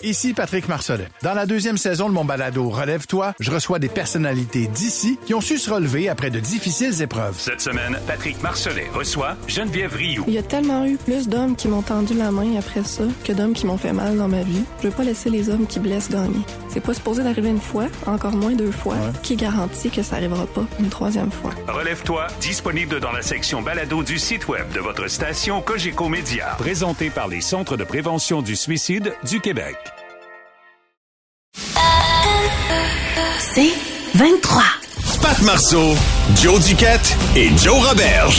Ici Patrick Marcelet. Dans la 2e saison de mon balado Relève-toi, je reçois des personnalités d'ici qui ont su se relever après de difficiles épreuves. Cette semaine, Patrick Marcelet reçoit Geneviève Rioux. Il y a tellement eu plus d'hommes qui m'ont tendu la main après ça que d'hommes qui m'ont fait mal dans ma vie. Je veux pas laisser les hommes qui blessent gagner. C'est pas supposé d'arriver une fois, encore moins 2 fois. Ouais. Qui garantit que ça arrivera pas une 3e fois? Relève-toi, disponible dans la section balado du site web de votre station Cogeco Média. Présenté par les Centres de prévention du suicide du Québec. C'est 23. Pat Marceau, Joe Duquette et Joe Roberge.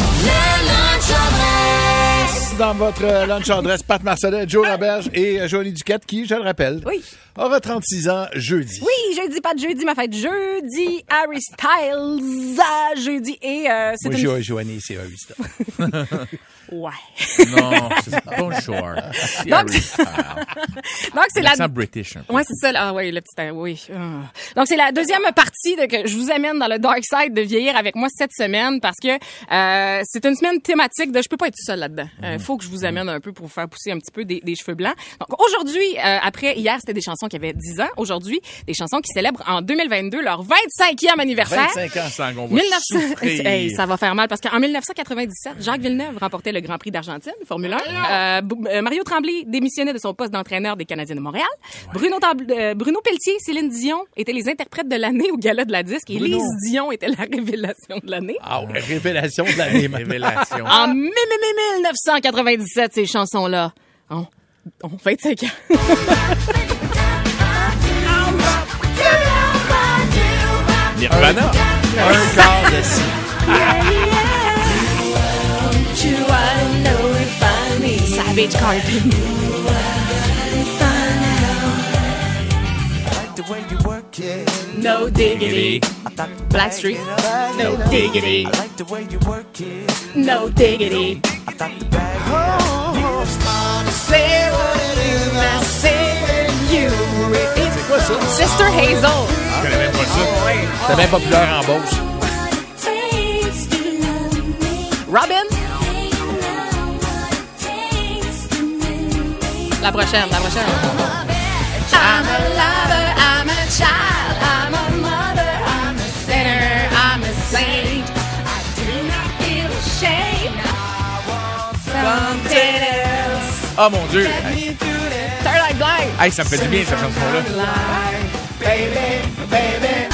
Dans votre lunch adresse, Pat Marcelet, Joe Roberge et Joanie Duquette, qui, je le rappelle, aura 36 ans jeudi. Oui, jeudi, pas de jeudi, ma fête jeudi, Harry Styles, jeudi, et c'est moi, Joanie, c'est Harry Styles. Ouais. Non, c'est bonjour. Donc, c'est la... British. Ouais, c'est ça. Ah, oui, le petit... Oui. Donc, c'est la deuxième partie que je vous amène dans le dark side de vieillir avec moi cette semaine parce que c'est une semaine thématique de... Je peux pas être tout seul là-dedans. Faut que je vous amène un peu pour vous faire pousser un petit peu des cheveux blancs. Donc, aujourd'hui, après, hier, c'était des chansons qui avaient 10 ans. Aujourd'hui, des chansons qui célèbrent en 2022 leur 25e anniversaire. 25 ans, ça, on va 1900... Hey, ça va faire mal parce qu'en 1997, Jacques Villeneuve remportait le Grand Prix d'Argentine, Formule 1. Mario Tremblay démissionnait de son poste d'entraîneur des Canadiens de Montréal. Ouais. Bruno Pelletier, Céline Dion étaient les interprètes de l'année au Gala de la Disque. Et Lise Dion était la révélation de l'année. Ah, la révélation de l'année. Révélation. En 1997, ces chansons-là ont 25 ans. Nirvana. Un quart de si. Savage Garden. No diggity. Blackstreet. No diggity. No diggity. C'est quoi ça? Sister Hazel. Je connais même pas ça. C'était bien populaire en Beauce. Robin. La prochaine. I'm a lover, I'm a child, I'm a mother, I'm a sinner, I'm a saint. I do not feel ashamed. I want something else. Oh mon Dieu! Third Eye Blind. Hey, ça me fait du bien cette chanson-là. Baby.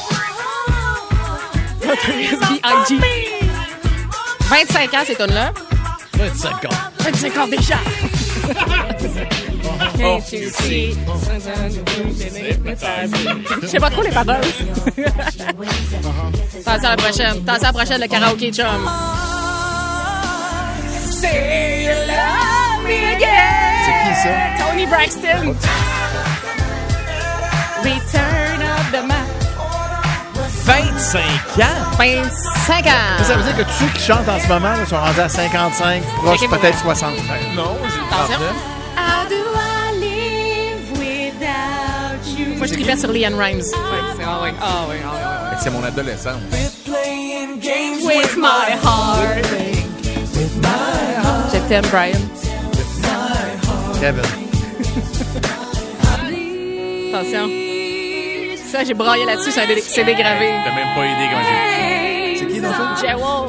B.I.G. 25 ans, ces tunes-là. 25 ans. 25 ans déjà. Oh. Je sais pas trop les paroles. Attention à la prochaine, le karaoké chum. Say you love me again. C'est qui ça? Tony Braxton. Return of the Mac. 25 ans? 25 ans. Ça veut dire que tous ceux qui chantent en ce moment là, sont rendus à 55, proches peut-être 60. Non, j'ai Attention. 39. How do I live without you? Moi, je tripais sur Leanne Rimes. Oui. C'est mon adolescence. With my heart. Je t'aime, Brian. Kevin. Attention. Ça, j'ai braillé là-dessus, c'est dégravé. T'as même pas idée comment j'ai... C'est qui dans ça? Jewel.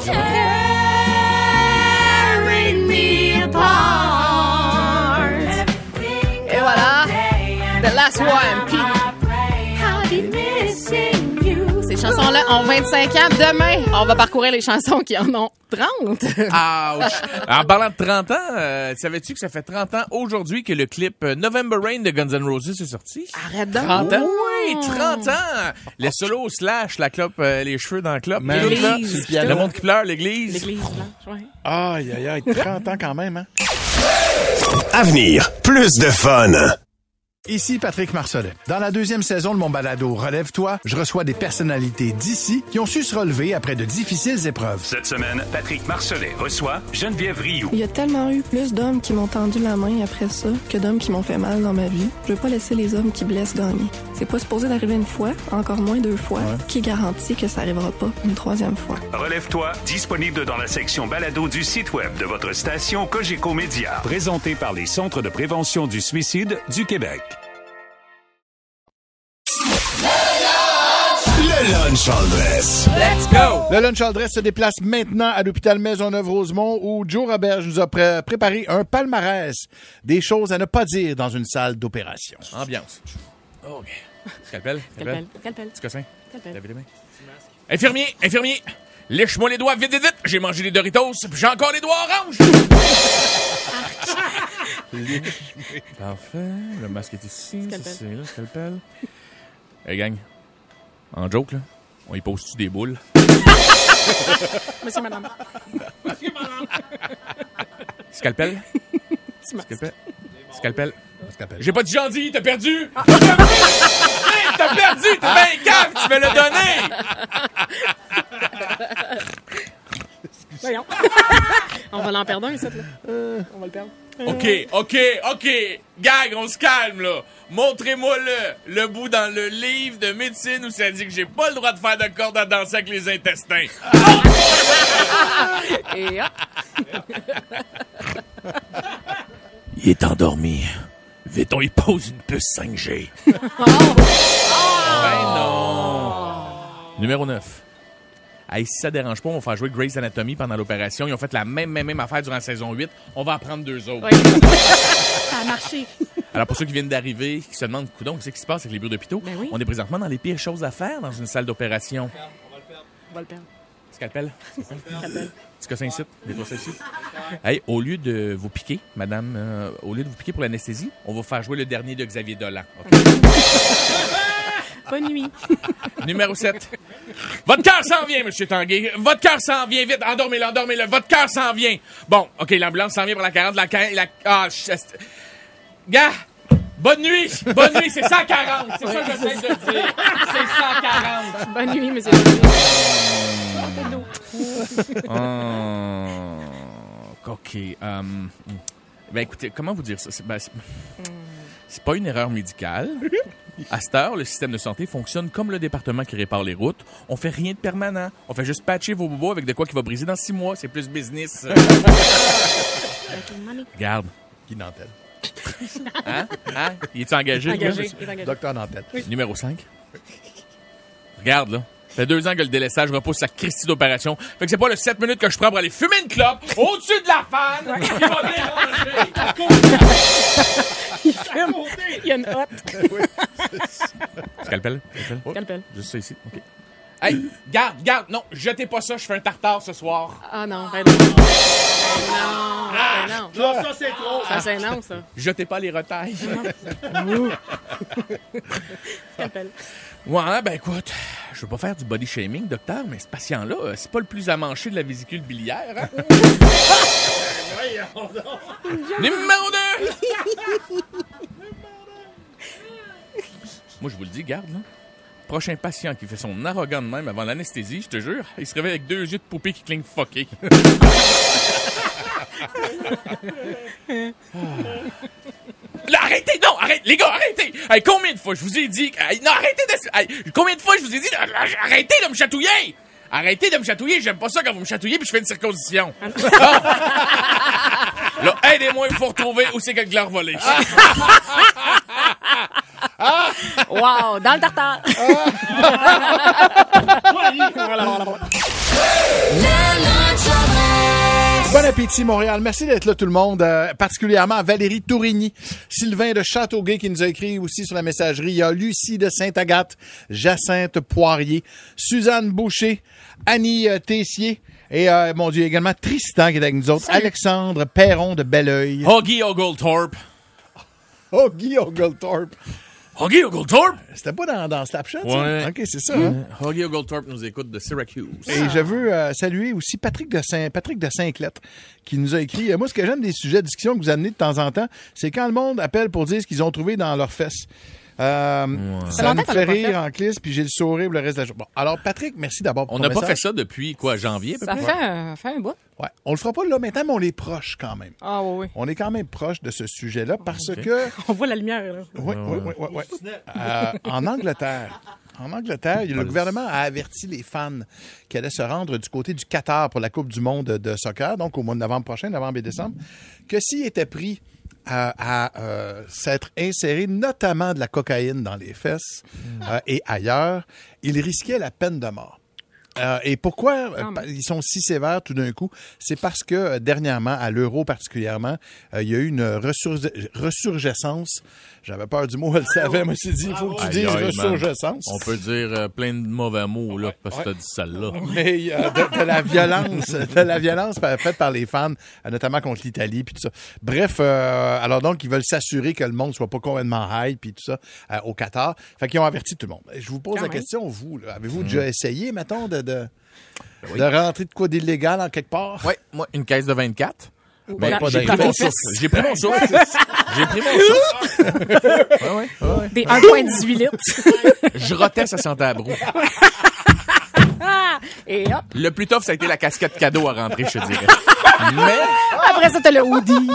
Tearing me apart. Et voilà. The last one. Puis, I'll be missing you. Ces chansons-là ont 25 ans. Demain, on va parcourir les chansons qui en ont 30. Ouch. En parlant de 30 ans, savais-tu que ça fait 30 ans aujourd'hui que le clip November Rain de Guns N' Roses est sorti? Arrête donc. 30 ans? Oui, 30 ans! Les solos slash, la clope, les cheveux dans la clope. L'église. Le monde qui pleure, l'église. L'église blanche, oui. Aïe, 30 ans quand même, hein? À venir, plus de fun. Ici Patrick Marcelet. Dans la deuxième saison de mon balado Relève-toi, je reçois des personnalités d'ici qui ont su se relever après de difficiles épreuves. Cette semaine, Patrick Marcelet reçoit Geneviève Rioux. Il y a tellement eu plus d'hommes qui m'ont tendu la main après ça que d'hommes qui m'ont fait mal dans ma vie. Je veux pas laisser les hommes qui blessent gagner. C'est pas supposé d'arriver une fois, encore moins deux fois. Ouais. Qui garantit que ça arrivera pas une troisième fois? Relève-toi, disponible dans la section balado du site web de votre station Cogeco Média. Présenté par les Centres de prévention du suicide du Québec. Le Lunch All Dress. Let's go! Le Lunch All Dress se déplace maintenant à l'hôpital Maisonneuve-Rosemont où Joe Roberge nous a préparé un palmarès des choses à ne pas dire dans une salle d'opération. Ambiance. OK. Scalpel. Calpel. Petit cossin. Calpel. Lavez les mains. Infirmier. Lèche-moi les doigts vite. J'ai mangé des Doritos, puis j'ai encore les doigts oranges. Parfait. Le masque est ici. Scalpel. C'est là, scalpel. Hey, gang. En joke, là, on y pose-tu des boules? Monsieur, madame. Scalpel. Scalpel. Scalpel. J'ai pas dit gentil, t'as perdu! Hey, t'as perdu! T'es bien cave, tu me l'as donné! Voyons. On va l'en perdre un, ça, là. On va le perdre. OK. Gag, on se calme, là. Montrez-moi le bout dans le livre de médecine où ça dit que j'ai pas le droit de faire de corde à danser avec les intestins. Et hop. Il est endormi. Vite, on y pose une puce 5G. Ben non. Numéro 9. Hey, si ça dérange pas, on va faire jouer Grey's Anatomy pendant l'opération. Ils ont fait la même affaire durant la saison 8. On va en prendre 2 autres. Oui. Ça a marché. Alors, pour ceux qui viennent d'arriver, qui se demandent, coudonc, qu'est-ce qui se passe avec les bureaux d'hôpitaux? Ben oui. On est présentement dans les pires choses à faire dans une salle d'opération. On va le perdre. Scalpel. Petit cossin ici. Des ça ici. Hey, au lieu de vous piquer, madame, au lieu de vous piquer pour l'anesthésie, on va faire jouer le dernier de Xavier Dolan. Okay? Bonne nuit. Numéro 7. Votre cœur s'en vient, monsieur Tanguay. Votre cœur s'en vient. Vite, endormez-le. Votre cœur s'en vient. Bon, OK, l'ambulance s'en vient pour la 40. Gars, bonne nuit, c'est 140. C'est ça que j'essaie de dire. C'est 140. Bonne nuit, monsieur. OK. Ben, écoutez, comment vous dire ça? C'est pas une erreur médicale. À cette heure, le système de santé fonctionne comme le département qui répare les routes. On fait rien de permanent. On fait juste patcher vos bobos avec de quoi qui va briser dans 6 mois. C'est plus business. Regarde. Guy Nantel. Hein? Il est engagé? Engagé. Docteur Nantel. Oui. Numéro 5. Regarde, là. Ça fait 2 ans que le délestage repousse sa Christie d'opération. Fait que c'est pas le 7 minutes que je prends pour aller fumer une clope au-dessus de la fan qui va déranger. Il fume. Il y a une hotte. Scalpel. Juste ça ici. OK. Hey, garde. Non, jetez pas ça. Je fais un tartare ce soir. Ah non, ben non. Non, ça c'est trop. Ça c'est non, ça. Jetez pas les retailles. Scalpel. Ouais, ben écoute, je veux pas faire du body shaming, docteur, mais ce patient-là, c'est pas le plus amanché de la vésicule biliaire, hein? Numéro 2! Moi, je vous le dis, garde, là. Prochain patient qui fait son arrogant de même avant l'anesthésie, je te jure, il se réveille avec 2 yeux de poupée qui clignent fucké. Là, arrêtez! Non, arrête! Les gars, arrêtez! Hey, combien de fois je vous ai dit... non, arrêtez de... Hey, combien de fois je vous ai dit... Arrêtez de me chatouiller! Arrêtez de me chatouiller! J'aime pas ça quand vous me chatouillez puis je fais une circoncision. Là, aidez-moi, il faut retrouver où c'est que le volé. Wow! Dans le tartare! Bon appétit, Montréal. Merci d'être là, tout le monde. Particulièrement à Valérie Tourigny, Sylvain de Châteauguay qui nous a écrit aussi sur la messagerie. Il y a Lucie de Sainte-Agathe, Jacinthe Poirier, Suzanne Boucher, Annie Tessier et, mon Dieu, également Tristan qui est avec nous autres. Salut. Alexandre Perron de Belleuil. Hoggy Oglethorpe. Hoggy Oglethorpe. Huggy Oglethorpe! C'était pas dans Slapshot, ça? Ouais. OK, c'est ça. Hein? Huggy Oglethorpe nous écoute de Syracuse. Et je veux saluer aussi Patrick de Saint-Clette qui nous a écrit. Moi, ce que j'aime des sujets de discussion que vous amenez de temps en temps, c'est quand le monde appelle pour dire ce qu'ils ont trouvé dans leurs fesses. Ça me fait rire en clisse, puis j'ai le sourire pour le reste de la journée. Bon, alors, Patrick, merci d'abord pour On ton n'a pas message. fait ça depuis, quoi, janvier, à peu Ça près? fait un bout. Ouais. On le fera pas là maintenant, mais on est proche quand même. Ah oui. On est quand même proche de ce sujet-là parce que... On voit la lumière, là. Oui. En Angleterre, le gouvernement a averti les fans qui allaient se rendre du côté du Qatar pour la Coupe du monde de soccer, donc au mois de novembre prochain, novembre et décembre, que s'ils étaient pris à s'être insérés notamment de la cocaïne dans les fesses et ailleurs, ils risquaient la peine de mort. Et pourquoi ils sont si sévères tout d'un coup? C'est parce que dernièrement, à l'Euro particulièrement, il y a eu une ressurgescence. J'avais peur du mot, elle le savait. Moi, je me suis dit, il faut que tu dises ressurgescence. On peut dire plein de mauvais mots, là, parce que t'as dit celle-là. Mais de la violence faite par les fans, notamment contre l'Italie, puis tout ça. Bref, alors donc, ils veulent s'assurer que le monde soit pas complètement high, puis tout ça, au Qatar. Fait qu'ils ont averti tout le monde. Je vous pose la question, vous, là, avez-vous déjà essayé, mettons, de rentrer de quoi d'illégal en quelque part? Oui, moi, une caisse de 24. Ben, Ben, pas j'ai dans pris les mon fesses. souffle. J'ai pris mon souffle. J'ai pris mon souffle. Ouais. Des 1,18 litres. Je rotais, ça sentait à brou. Et hop. Le plus tough, ça a été la casquette cadeau à rentrer, je te dirais. Mais, Après ça, t'as le hoodie.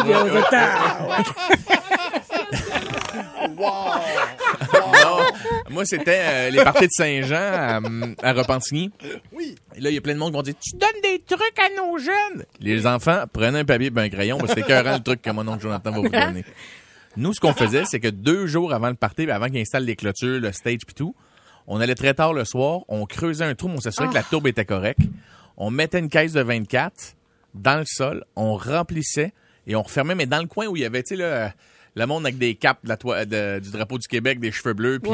non, moi, c'était les parties de Saint-Jean à Repentigny. Oui. Et là, il y a plein de monde qui vont dire « Tu donnes des trucs à nos jeunes! » Les enfants, prenez un papier et un crayon, parce que c'est écœurant le truc que mon oncle Jonathan va vous donner. Nous, ce qu'on faisait, c'est que 2 jours avant le party, avant qu'ils installent les clôtures, le stage puis tout, on allait très tard le soir, on creusait un trou, on s'assurait que la tourbe était correcte. On mettait une caisse de 24 dans le sol, on remplissait et on refermait, mais dans le coin où il y avait, tu sais, le monde avec des capes du drapeau du Québec, des cheveux bleus, puis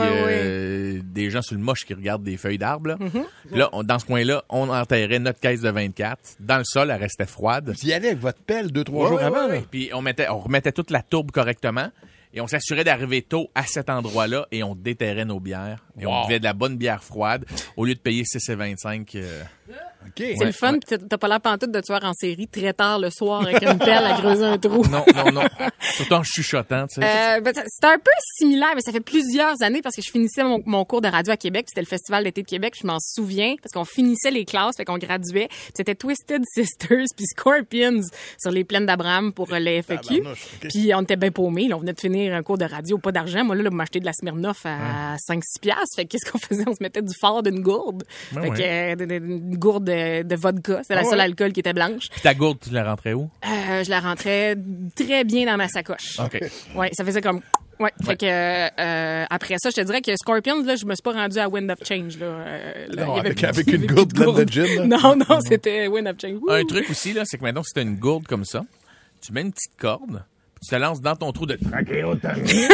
des gens sur le moche qui regardent des feuilles d'arbre. Là. Puis là, dans ce coin-là, on enterrait notre caisse de 24. Dans le sol, elle restait froide. Vous y allez avec votre pelle 2-3 jours avant. Là. Puis on remettait toute la tourbe correctement. Et on s'assurait d'arriver tôt à cet endroit-là et on déterrait nos bières. Et on buvait de la bonne bière froide au lieu de payer 6,25 Okay. C'est le fun, pis t'as pas l'air pantoute de tueur en série très tard le soir avec une pelle à creuser un trou. Non. Surtout en chuchotant, tu sais. C'est un peu similaire, mais ça fait plusieurs années parce que je finissais mon cours de radio à Québec, c'était le Festival d'été de Québec, je m'en souviens, parce qu'on finissait les classes, fait qu'on graduait, pis c'était Twisted Sisters puis Scorpions sur les plaines d'Abraham pour les FAQ. Puis on était bien paumés, là, on venait de finir un cours de radio, pas d'argent. Moi, là, m'acheter de la Smirnoff à 5-6 piastres. Fait qu'est-ce qu'on faisait? On se mettait du fort d'une gourde. Fait que, une gourde de vodka. C'était la seule alcool qui était blanche. Puis ta gourde, tu la rentrais où? Je la rentrais très bien dans ma sacoche. OK. Ouais, ça faisait comme... Ouais. Fait que, après ça, je te dirais que Scorpions, là, je me suis pas rendu à Wind of Change, là. Non, il y avait avec une gourde pleine de gin, là. Non, c'était Wind of Change. Un truc aussi, là, c'est que maintenant, si t'as une gourde comme ça, tu mets une petite corde, puis tu te lances dans ton trou de trachéotomie.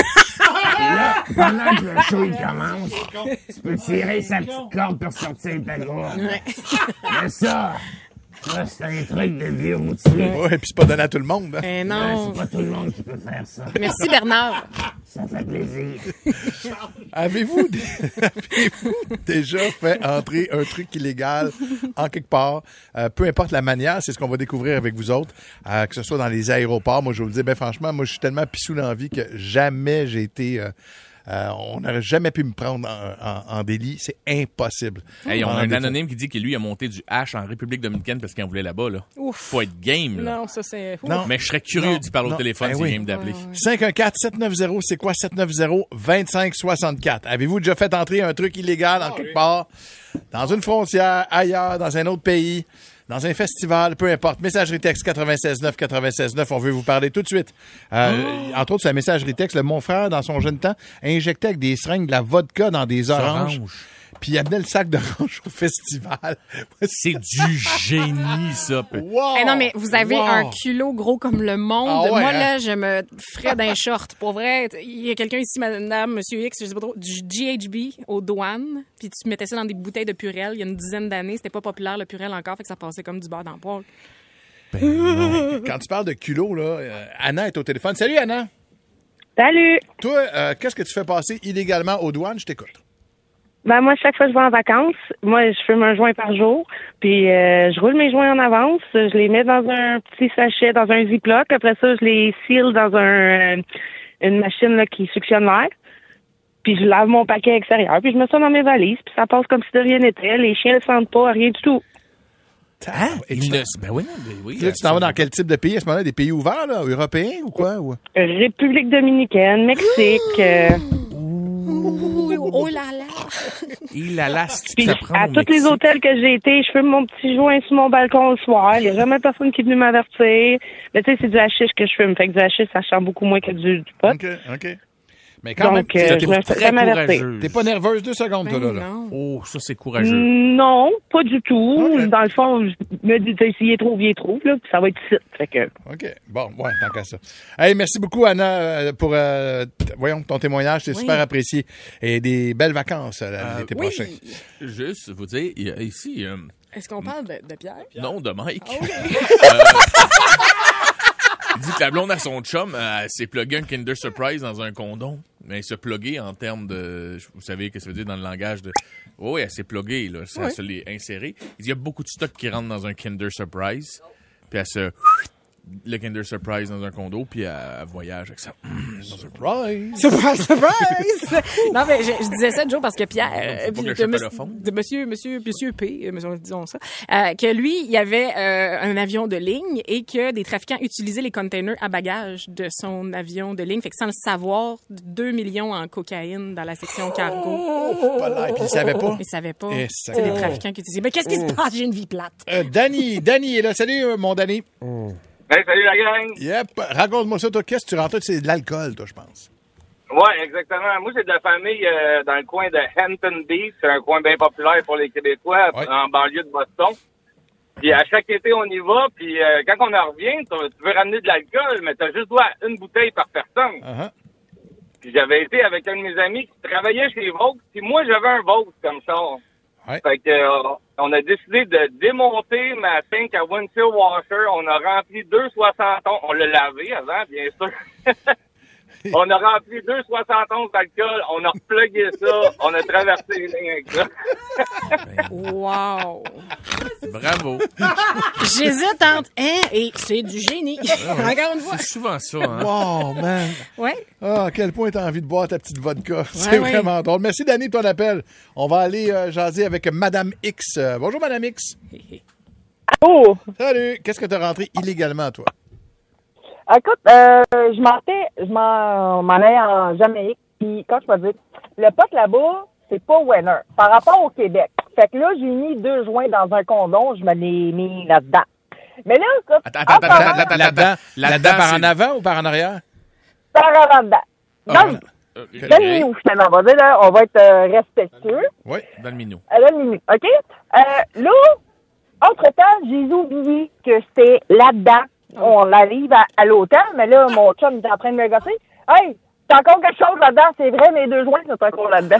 Là, pendant que le show il commence, tu peux tirer sa petite corde pour sortir ta gourde. Mais ça, c'est un truc de vieux routier. Ouais, puis c'est pas donné à tout le monde. Hein? Mais non. C'est pas tout le monde qui peut faire ça. Merci Bernard. Ça fait plaisir. Avez-vous déjà fait entrer un truc illégal en quelque part? Peu importe la manière, c'est ce qu'on va découvrir avec vous autres, que ce soit dans les aéroports. Moi, je vais vous le dire, ben franchement, moi, je suis tellement pissou dans la vie que jamais j'ai été... on n'aurait jamais pu me prendre en délit. C'est impossible. Hey, on a un anonyme qui dit que lui a monté du hash en République dominicaine parce qu'il en voulait là-bas. Là. Ouf. Faut être game. Là. Non, ça c'est... Non. Mais je serais curieux d'y parler au téléphone s'il vient d'appeler. 514-790, c'est quoi 790-2564? Avez-vous déjà fait entrer un truc illégal en quelque part? Dans une frontière, ailleurs, dans un autre pays? Dans un festival, peu importe. Messagerie texte 96.9, on veut vous parler tout de suite. Entre autres, sur la messagerie texte, mon frère, dans son jeune temps, injectait avec des seringues de la vodka dans des oranges. Puis il amenait le sac d'orange au festival. C'est du génie, ça. Wow! Hey, non, mais vous avez un culot gros comme le monde. Ah ouais, moi, là, je me ferais d'un short. Pour vrai, il y a quelqu'un ici, madame, monsieur X, je sais pas trop, du GHB aux douanes. Puis tu mettais ça dans des bouteilles de Purell. Il y a une dizaine d'années, c'était pas populaire, le Purell encore, fait que ça passait comme du beurre dans le poêle. Quand tu parles de culot, là, Anna est au téléphone. Salut, Anna! Salut! Toi, qu'est-ce que tu fais passer illégalement aux douanes? Je t'écoute. Ben moi, chaque fois que je vais en vacances, moi, je fume un joint par jour, puis je roule mes joints en avance, je les mets dans un petit sachet, dans un Ziploc, après ça, je les seal dans une machine là, qui suctionne l'air, puis je lave mon paquet extérieur, puis je mets ça dans mes valises, puis ça passe comme si de rien n'était, les chiens ne le sentent pas, rien du tout. Ben oui, ben oui. Là, tu t'en vas dans quel type de pays à ce moment-là? Des pays ouverts, là, européens ou quoi? Ou... République dominicaine, Mexique... Oh là là! Il a là, si tu Puis, te prends à au tous les Mexique. hôtels que j'ai été, je fume mon petit joint sur mon balcon le soir. Il n'y a jamais personne qui est venu m'avertir. Mais tu sais, c'est du hashish que je fume. Fait que du hashish, ça sent beaucoup moins que du pot. OK. Mais quand même, Donc, je me fais jamais avertir. t'es pas nerveuse 2 secondes, toi, là. Non. Oh, ça, c'est courageux. Non, pas du tout. Ok. Dans le fond, je me dis, s'il est trop, là, puis ça va être ici. Fait que... OK. Bon, ouais, tant qu'à ça. Hey, merci beaucoup, Anna, pour ton témoignage. C'est super apprécié. Et des belles vacances l'été prochain. Juste vous dire, il y a ici... Est-ce qu'on parle de Pierre? Non, de Mike. Il dit que la blonde à son chum, elle s'est plugué un Kinder Surprise dans un condom. Mais se pluguer en termes de... Vous savez ce que ça veut dire dans le langage de... Oui, elle s'est pluguée, là. Ça se l'est inséré. Il dit, il y a beaucoup de stock qui rentre dans un Kinder Surprise. Puis elle se... Le Kinder Surprise dans un condo, puis elle voyage avec ça. Surprise! Surprise! Non, mais je disais ça, Joe, parce que Pierre, Faut pas que le chocolat fonde. de monsieur P, disons ça, que lui, il y avait un avion de ligne et que des trafiquants utilisaient les containers à bagages de son avion de ligne. Fait que sans le savoir, 2 millions en cocaïne dans la section cargo. Voilà. Et puis, il savait pas. Il savait pas. Eh, C'est des trafiquants qui utilisaient. Mais qu'est-ce qui se passe? J'ai une vie plate. Danny est là. Salut, mon Danny. Hey, salut la gang! Yep. Raconte-moi ça, toi. Qu'est-ce que tu rentres? C'est de l'alcool, toi, je pense. Ouais, exactement. Moi, c'est de la famille dans le coin de Hampton Beach. C'est un coin bien populaire pour les Québécois, en banlieue de Boston. Puis à chaque été, on y va. Puis quand on en revient, tu veux ramener de l'alcool, mais t'as juste droit à une bouteille par personne. Uh-huh. Puis j'avais été avec un de mes amis qui travaillait chez Vaux. Puis moi, j'avais un Vaux comme ça. Ouais. Fait que on a décidé de démonter ma tank à windshield washer. On a rempli 2,71. On l'a lavé avant, bien sûr. On a rempli 2,71 d'alcool. On a replugué ça. On a traversé les lignes avec ça. Wow! Bravo. J'hésite entre et c'est du génie. Encore une fois. C'est souvent ça, hein? Wow, man. Ouais. Ah, à quel point t'as envie de boire ta petite vodka. C'est vraiment drôle. Merci, Danny, de ton appel. On va aller jaser avec Madame X. Bonjour, Madame X. Oh! Salut. Qu'est-ce que t'as rentré illégalement, toi? Écoute, je m'en allais en Jamaïque, puis quand je peux dire, le pot là-bas, c'est pas winner. Par rapport au Québec. Fait que là, j'ai mis 2 joints dans un condom, je me l'ai mis là-dedans. Mais là, écoute... Attends. Là-dedans, par en avant ou par en arrière? Par en dedans. Donc, dans le minou, finalement, on va dire, là, on va être respectueux. Oui, dans le minou. Dans le minou, OK? Là, entre-temps, j'ai oublié que c'était là-dedans. On arrive à l'hôtel, mais là, mon chum est en train de me gosser. Hey, t'as encore quelque chose là-dedans? C'est vrai, mes 2 joints sont encore là-dedans.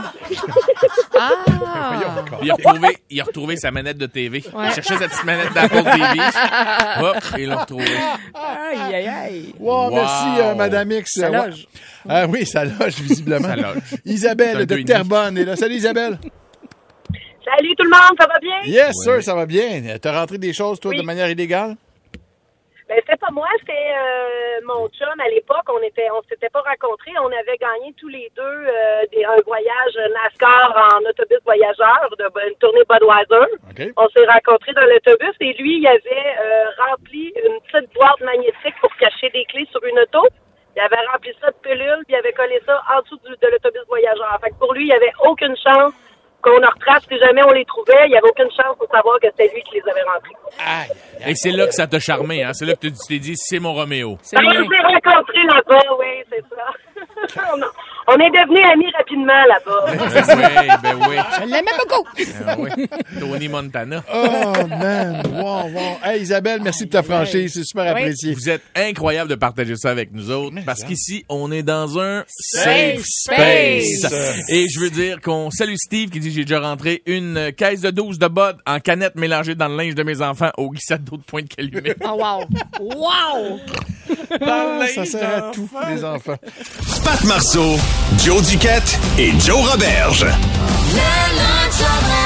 Il a retrouvé sa manette de TV. Il cherchait sa petite manette d'Apple TV. Hop, et il l'a retrouvé. Aïe, aïe, aïe. Wow, merci, Madame X. Ça loge. Oui, ça loge, visiblement. Ça loge. Isabelle de Terrebonne est là. Salut, Isabelle. Salut tout le monde, ça va bien? Yes, sir, ça va bien. T'as rentré des choses, toi, de manière illégale? Ben, c'était pas moi, c'était mon chum à l'époque. On s'était pas rencontrés. On avait gagné tous les deux un voyage NASCAR en autobus voyageur, une tournée Budweiser. Okay. On s'est rencontrés dans l'autobus et lui, il avait rempli une petite boîte magnétique pour cacher des clés sur une auto. Il avait rempli ça de pilules, puis il avait collé ça en dessous de l'autobus voyageur. Fait que pour lui, il n'y avait aucune chance qu'on en retrace, si jamais on les trouvait, il n'y avait aucune chance pour savoir que c'était lui qui les avait rentrés. Et c'est là que ça t'a charmé, hein? C'est là que tu t'es dit, c'est mon Roméo. On s'est rencontrés là-bas, oui, c'est ça. On est devenus amis rapidement là-bas. Ben oui. Je l'aimais beaucoup. Oui. Tony Montana. Oh, man. Wow. Hey, Isabelle, merci de ta franchise. C'est super apprécié. Vous êtes incroyable de partager ça avec nous autres, parce qu'ici, on est dans un safe space. Et je veux dire qu'on salue Steve qui dit, j'ai déjà rentré une caisse de 12 de Bud en canette mélangée dans le linge de mes enfants au glissade d'eau de pointe Calumet. Oh, wow. Wow! Ça sert à tout, les enfants. Pat Marceau, Joe Duquette et Joe Roberge. Le lunch à